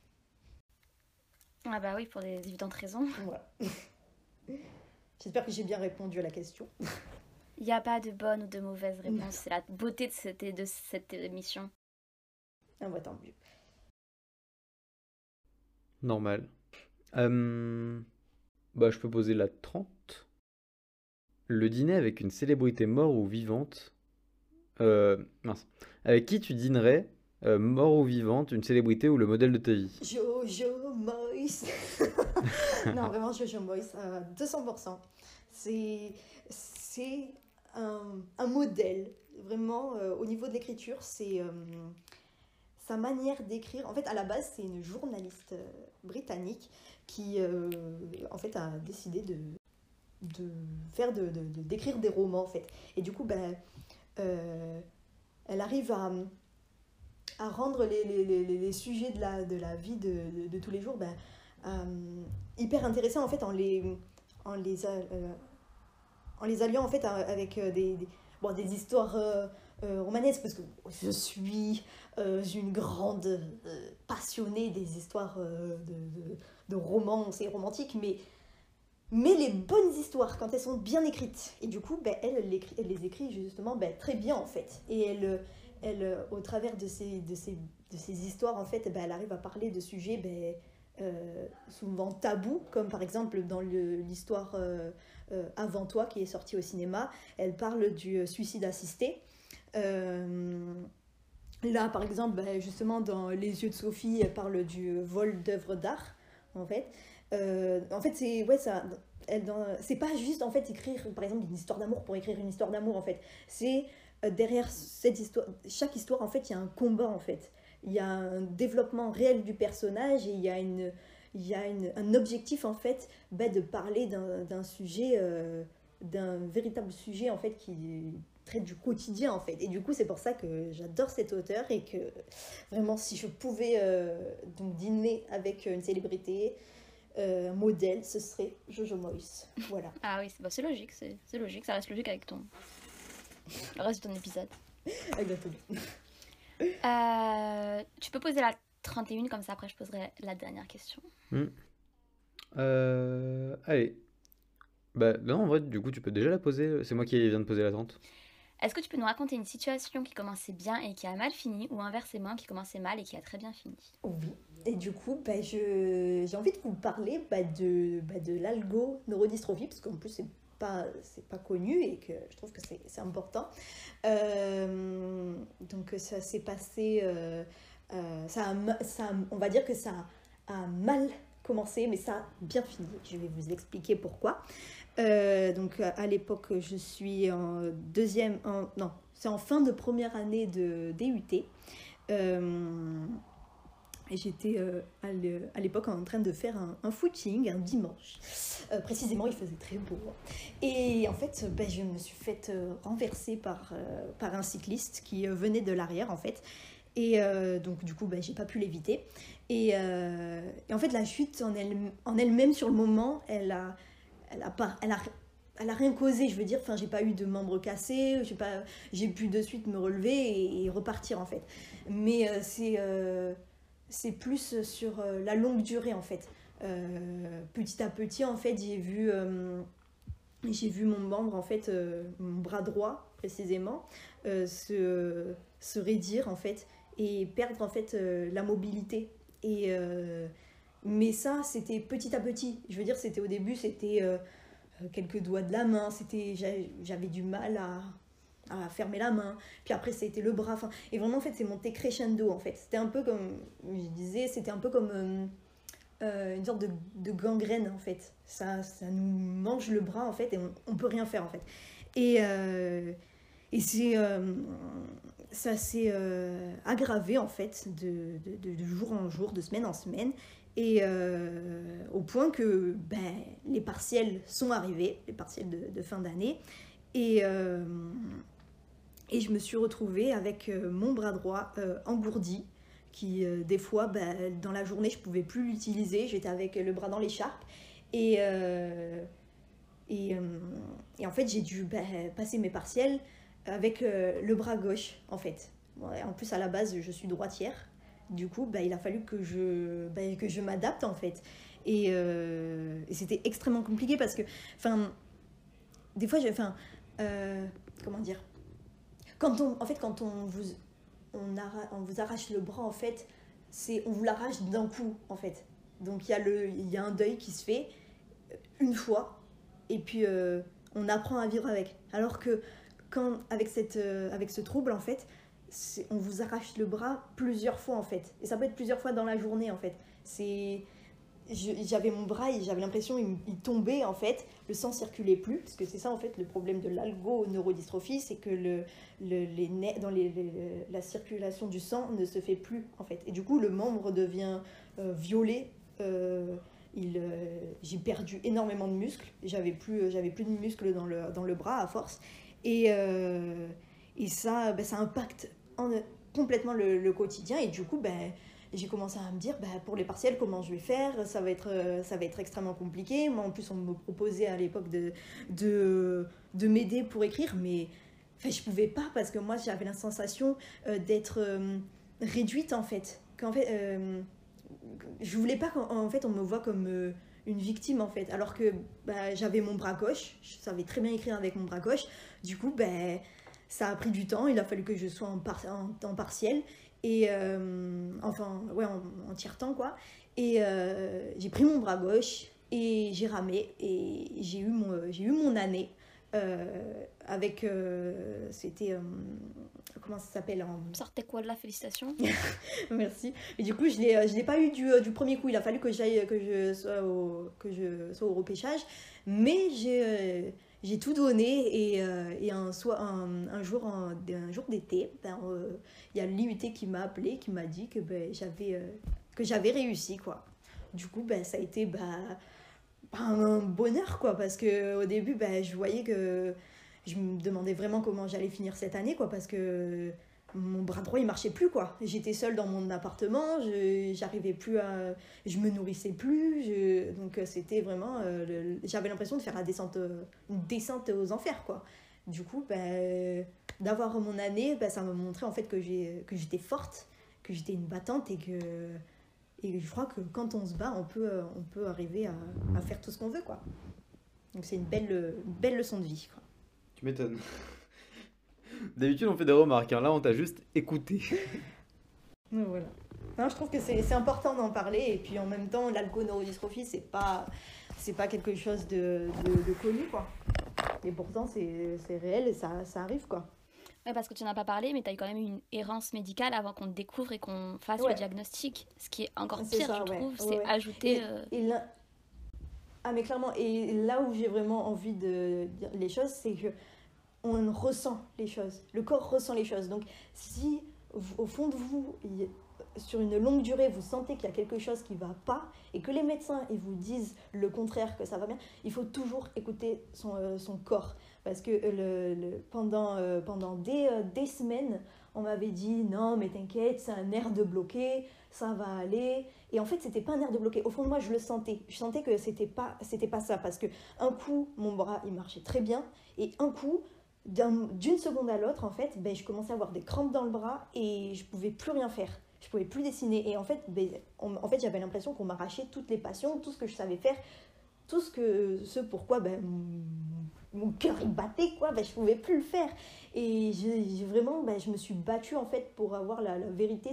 Ah bah oui, pour des évidentes raisons. Voilà. J'espère que j'ai bien répondu à la question. Il n'y a pas de bonne ou de mauvaise réponse. C'est la beauté de cette émission. Ah bah tant mieux. Normal. Bah, je peux poser la 30. Le dîner avec une célébrité morte ou vivante. Mince. Avec qui tu dînerais, mort ou vivante, une célébrité ou le modèle de ta vie? Jojo Moyes. Non, vraiment Jojo Moyes, 200%. C'est un modèle. Vraiment, au niveau de l'écriture, c'est sa manière d'écrire. En fait, à la base, c'est une journaliste britannique qui, en fait, a décidé d'écrire des romans, en fait. Et du coup, ben, elle arrive à rendre les sujets de la vie de tous les jours hyper intéressants, en fait, en les alliant, en fait, avec des histoires romanesques, parce que je suis une grande passionnée des histoires de romance et romantiques, mais les bonnes histoires, quand elles sont bien écrites, et du coup, ben, elle les écrit justement très bien, en fait. Et elle au travers de ces histoires, en fait, ben, elle arrive à parler de sujets souvent tabous, comme par exemple dans l'histoire Avant toi, qui est sortie au cinéma. Elle parle du suicide assisté. Là, par exemple, ben, justement, dans Les yeux de Sophie, elle parle du vol d'œuvres d'art, en fait. En fait, c'est pas juste, en fait, écrire, par exemple, une histoire d'amour pour écrire une histoire d'amour, en fait. C'est derrière cette histoire, chaque histoire, en fait, il y a un combat, en fait. Il y a un développement réel du personnage et il y a un objectif, en fait, de parler d'un sujet, d'un véritable sujet, en fait, qui traite du quotidien, en fait. Et du coup, c'est pour ça que j'adore cet auteur et que vraiment, si je pouvais donc dîner avec une célébrité, modèle, ce serait Jojo Moyes. Voilà. Ah oui, c'est logique, c'est logique, ça reste logique avec le reste de ton épisode. Exactement. Tu peux poser la 31, comme ça après je poserai la dernière question. Allez. Bah non, en vrai, du coup, tu peux déjà la poser. C'est moi qui viens de poser la 30. Est-ce que tu peux nous raconter une situation qui commençait bien et qui a mal fini, ou inversement, qui commençait mal et qui a très bien fini? Oui. Et du coup, j'ai envie de vous parler de l'algo-neurodystrophie, parce qu'en plus, c'est pas connu et que je trouve que c'est important. Donc, ça s'est passé... on va dire que ça a mal commencé, mais ça a bien fini. Je vais vous expliquer pourquoi. Donc, à l'époque, je suis en c'est en fin de première année de DUT. Et j'étais à l'époque en train de faire un footing un dimanche. Précisément, il faisait très beau. Et en fait, je me suis faite renverser par un cycliste qui venait de l'arrière, en fait. Et donc, du coup, j'ai pas pu l'éviter. Et en fait, la chute en elle-même, sur le moment, elle a rien causé, je veux dire. Enfin, j'ai pas eu de membre cassé, j'ai pu de suite me relever et repartir, en fait. Mais c'est plus sur la longue durée, en fait. Petit à petit, en fait, j'ai vu mon membre, en fait, mon bras droit précisément, se raidir, en fait, et perdre, en fait, la mobilité. Mais ça, c'était petit à petit. Je veux dire, c'était au début, c'était quelques doigts de la main, j'avais du mal à fermer la main, puis après ça a été le bras, et vraiment, en fait, c'est monté crescendo, en fait. C'était un peu comme, je disais, c'était un peu comme une sorte de gangrène, en fait. Ça nous mange le bras, en fait, et on peut rien faire, en fait. Et ça s'est aggravé, en fait, de jour en jour, de semaine en semaine, et au point que les partiels sont arrivés, les partiels de fin d'année, et je me suis retrouvée avec mon bras droit engourdi, qui des fois, dans la journée, je ne pouvais plus l'utiliser, j'étais avec le bras dans l'écharpe, et en fait, j'ai dû passer mes partiels avec le bras gauche, en fait. Ouais, en plus, à la base, je suis droitière. Du coup, il a fallu que je m'adapte, en fait. Et c'était extrêmement compliqué parce que, des fois, comment dire, quand on vous arrache le bras, en fait, on vous l'arrache d'un coup, en fait. Donc il y a un deuil qui se fait une fois, et puis on apprend à vivre avec. Alors que avec ce trouble, en fait, on vous arrache le bras plusieurs fois, en fait. Et ça peut être plusieurs fois dans la journée, en fait. J'avais mon bras et j'avais l'impression il tombait, en fait, le sang circulait plus, parce que c'est ça, en fait, le problème de l'algoneurodystrophie, c'est que la circulation du sang ne se fait plus, en fait. Et du coup, le membre devient violet. J'ai perdu énormément de muscles, j'avais plus de muscles dans le bras à force, et ça, ça impacte complètement le quotidien. Et du coup, j'ai commencé à me dire, pour les partiels, comment je vais faire, ça va être extrêmement compliqué. Moi, en plus, on me proposait à l'époque de m'aider pour écrire, mais je pouvais pas, parce que moi, j'avais la sensation d'être réduite, en fait. Qu'en fait, je voulais pas qu'en fait, on me voit comme une victime, en fait. Alors que j'avais mon bras gauche, je savais très bien écrire avec mon bras gauche. Du coup, ça a pris du temps, il a fallu que je sois en temps partiel. Et en tiers-temps, quoi. Et j'ai pris mon bras gauche et j'ai ramé et j'ai eu mon année avec c'était comment ça s'appelle Sortez quoi de la félicitation. Merci. Et du coup, je l'ai pas eu du premier coup. Il a fallu que je sois au repêchage, mais j'ai tout donné. Et un jour d'été, il y a l'IUT qui m'a appelé, qui m'a dit que j'avais réussi, quoi. Du coup, ça a été un bonheur, quoi, parce que au début, je voyais que je me demandais vraiment comment j'allais finir cette année, quoi, parce que mon bras droit il marchait plus, quoi. J'étais seule dans mon appartement, j'arrivais plus je me nourrissais plus, donc c'était vraiment j'avais l'impression de faire une descente aux enfers, quoi. Du coup, d'avoir mon année, ça m'a montré, en fait, que j'étais forte, que j'étais une battante, et je crois que quand on se bat, on peut arriver à faire tout ce qu'on veut, quoi. Donc c'est une belle leçon de vie, quoi. Tu m'étonnes. D'habitude, on fait des remarques, hein. Là, on t'a juste écouté. Donc, voilà. Non, je trouve que c'est important d'en parler, et puis en même temps, l'algoneurodystrophie, c'est pas quelque chose de connu, quoi. Et pourtant, c'est réel et ça arrive, quoi. Ouais, parce que tu n'en as pas parlé, mais tu as eu quand même une errance médicale avant qu'on te découvre et qu'on fasse le diagnostic. Ce qui est encore pire, je trouve, c'est ajouter... mais clairement, et là où j'ai vraiment envie de dire les choses, c'est que on ressent les choses. Le corps ressent les choses. Donc, si au fond de vous, sur une longue durée, vous sentez qu'il y a quelque chose qui ne va pas et que les médecins ils vous disent le contraire, que ça va bien, il faut toujours écouter son corps. Parce que pendant des semaines, on m'avait dit « Non, mais t'inquiète, c'est un nerf de bloqué, ça va aller. » Et en fait, c'était pas un nerf de bloqué. Au fond de moi, je le sentais. Je sentais que c'était pas ça. Parce que un coup, mon bras, il marchait très bien. Et un coup, d'une seconde à l'autre, en fait, je commençais à avoir des crampes dans le bras et je pouvais plus rien faire. Je pouvais plus dessiner. Et en fait, j'avais l'impression qu'on m'arrachait toutes les passions, tout ce que je savais faire, tout ce pourquoi mon cœur il battait, quoi. Je pouvais plus le faire. Et je me suis battue, en fait, pour avoir la vérité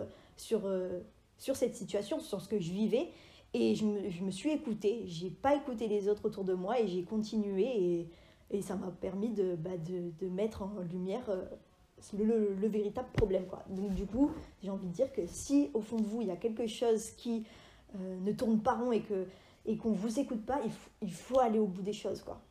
sur cette situation, sur ce que je vivais. Et je me suis écoutée. J'ai pas écouté les autres autour de moi et j'ai continué. Et ça m'a permis de mettre en lumière le véritable problème, quoi. Donc du coup, j'ai envie de dire que si au fond de vous, il y a quelque chose qui ne tourne pas rond et qu'on ne vous écoute pas, il faut aller au bout des choses, quoi.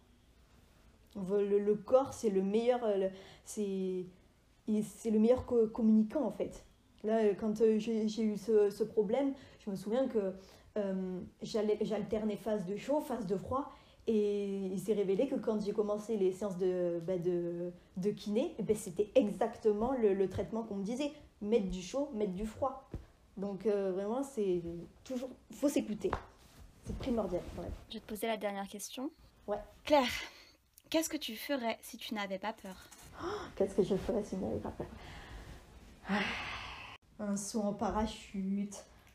Le corps, c'est le meilleur, c'est le meilleur communicant, en fait. Là, quand j'ai eu ce problème, je me souviens que j'alternais phase de chaud, phase de froid. Et il s'est révélé que quand j'ai commencé les séances de kiné, c'était exactement le traitement qu'on me disait. Mettre du chaud, mettre du froid. Donc vraiment, c'est toujours... Il faut s'écouter. C'est primordial. Ouais. Je vais te poser la dernière question. Ouais. Claire, qu'est-ce que tu ferais si tu n'avais pas peur ? Qu'est-ce que je ferais si je n'avais pas peur ? Un saut en parachute.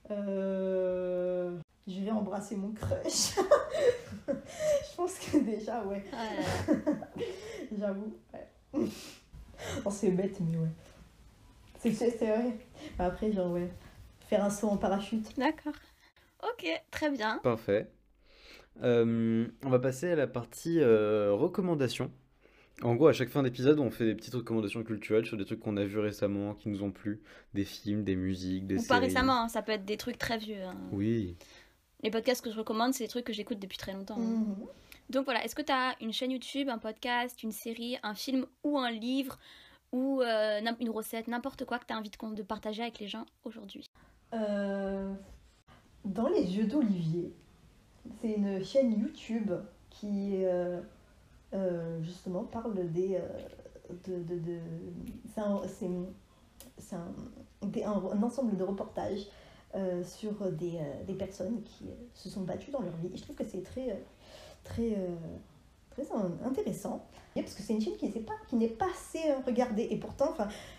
Je vais embrasser mon crush. Je pense que déjà, ouais. J'avoue, ouais. Oh, c'est bête, mais ouais. C'est vrai. Après, genre, ouais. Faire un saut en parachute. D'accord. Ok, très bien. Parfait. On va passer à la partie recommandations. En gros, à chaque fin d'épisode, on fait des petites recommandations culturelles sur des trucs qu'on a vus récemment, qui nous ont plu. Des films, des musiques, des Ou séries. pas récemment, hein, ça peut être des trucs très vieux. Hein. Oui. Les podcasts que je recommande, c'est des trucs que j'écoute depuis très longtemps. Hein. Donc voilà, est-ce que tu as une chaîne YouTube, un podcast, une série, un film ou un livre ou une recette, n'importe quoi que tu as envie de partager avec les gens aujourd'hui? Dans les jeux d'Olivier, c'est une chaîne YouTube qui justement parle des... c'est un ensemble de reportages sur des personnes qui se sont battues dans leur vie. Et je trouve que c'est très intéressant. Parce que c'est une chaîne qui n'est pas assez regardée. Et pourtant,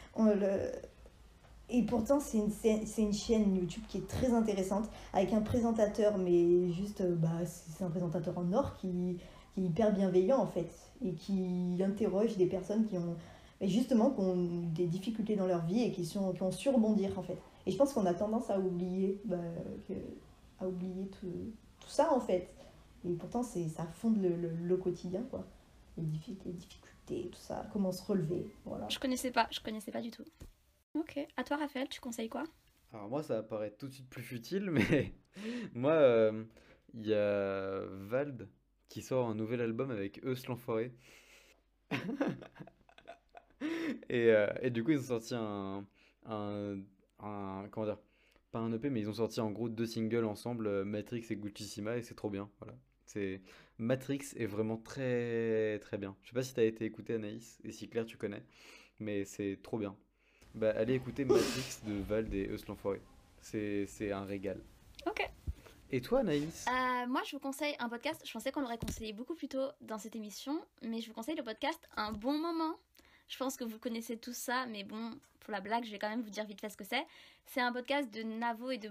c'est une chaîne YouTube qui est très intéressante, avec un présentateur, mais juste, c'est un présentateur en or qui est hyper bienveillant en fait, et qui interroge des personnes qui ont des difficultés dans leur vie et qui ont su rebondir en fait. Et je pense qu'on a tendance à oublier, tout ça en fait. Et pourtant, ça fonde le quotidien, quoi. Les difficultés, tout ça, comment se relever, voilà. Je connaissais pas du tout. Ok, à toi Raphaël, tu conseilles quoi? Alors moi, ça va paraître tout de suite plus futile, mais moi, il y a Vald qui sort un nouvel album avec Eus l'Enfoiré. Et du coup, ils ont sorti comment dire, pas un EP, mais ils ont sorti en gros 2 singles ensemble, Matrix et Gucci-Sima, et c'est trop bien, voilà. Matrix est vraiment très très bien. Je sais pas si t'as été écouté Anaïs, et si Claire tu connais, mais c'est trop bien. Bah allez écouter Matrix de Vald et Eus l'Enfoiré. C'est un régal. Ok. Et toi Anaïs? Moi je vous conseille un podcast, je pensais qu'on l'aurait conseillé beaucoup plus tôt dans cette émission, mais je vous conseille le podcast Un Bon Moment. Je pense que vous connaissez tous ça, mais bon, pour la blague, je vais quand même vous dire vite fait ce que c'est. C'est un podcast de Navo et de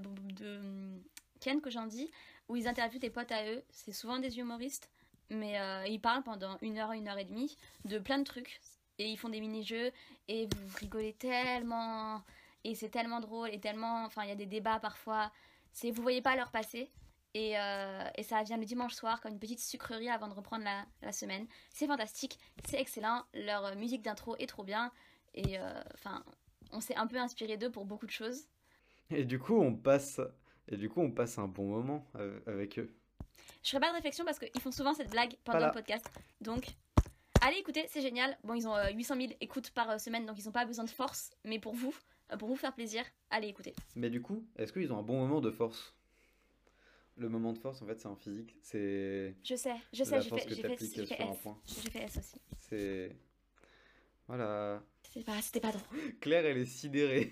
Ken Kojandi, où ils interviewent des potes à eux. C'est souvent des humoristes, mais ils parlent pendant 1 heure, 1 heure et demie de plein de trucs. Et ils font des mini-jeux, et vous rigolez tellement, et c'est tellement drôle, et tellement... Enfin, il y a des débats parfois, vous voyez pas l'heure passer. Et ça vient le dimanche soir comme une petite sucrerie avant de reprendre la semaine. C'est fantastique, c'est excellent, leur musique d'intro est trop bien. Et on s'est un peu inspiré d'eux pour beaucoup de choses. Et du coup, on passe un bon moment avec eux. Je ferai pas de réflexion parce qu'ils font souvent cette blague pendant le podcast. Donc, allez écouter, c'est génial. Bon, ils ont 800 000 écoutes par semaine, donc ils n'ont pas besoin de force. Mais pour vous faire plaisir, allez écouter. Mais du coup, est-ce qu'ils ont un bon moment de force? Le moment de force, en fait, c'est en physique. C'est. Je sais, j'ai fait S. J'ai fait S aussi. C'est. Voilà. C'était pas drôle. Claire, elle est sidérée.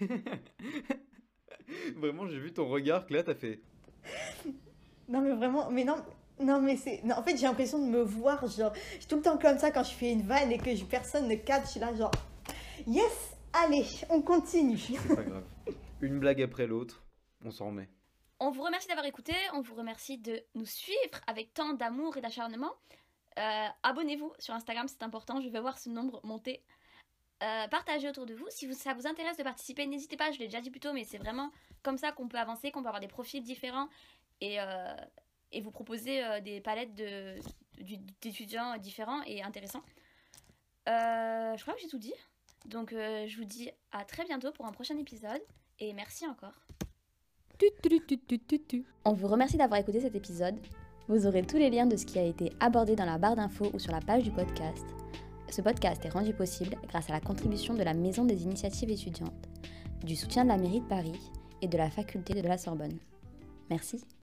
Vraiment, j'ai vu ton regard, Claire, t'as fait. Non, mais vraiment, mais non. Non, mais c'est. Non, en fait, j'ai l'impression de me voir, genre. Je suis tout le temps comme ça quand je fais une vanne et que personne ne capte. Je suis là, genre. Yes, allez, on continue. C'est pas grave. Une blague après l'autre, on s'en remet. On vous remercie d'avoir écouté, on vous remercie de nous suivre avec tant d'amour et d'acharnement. Abonnez-vous sur Instagram, c'est important, je vais voir ce nombre monter. Partagez autour de vous. Si ça vous intéresse de participer, n'hésitez pas, je l'ai déjà dit plus tôt, mais c'est vraiment comme ça qu'on peut avancer, qu'on peut avoir des profils différents et vous proposer des palettes d'étudiants différents et intéressants. Je crois que j'ai tout dit. Donc je vous dis à très bientôt pour un prochain épisode et merci encore. On vous remercie d'avoir écouté cet épisode. Vous aurez tous les liens de ce qui a été abordé dans la barre d'infos ou sur la page du podcast. Ce podcast est rendu possible grâce à la contribution de la Maison des Initiatives Étudiantes, du soutien de la mairie de Paris et de la faculté de la Sorbonne. Merci.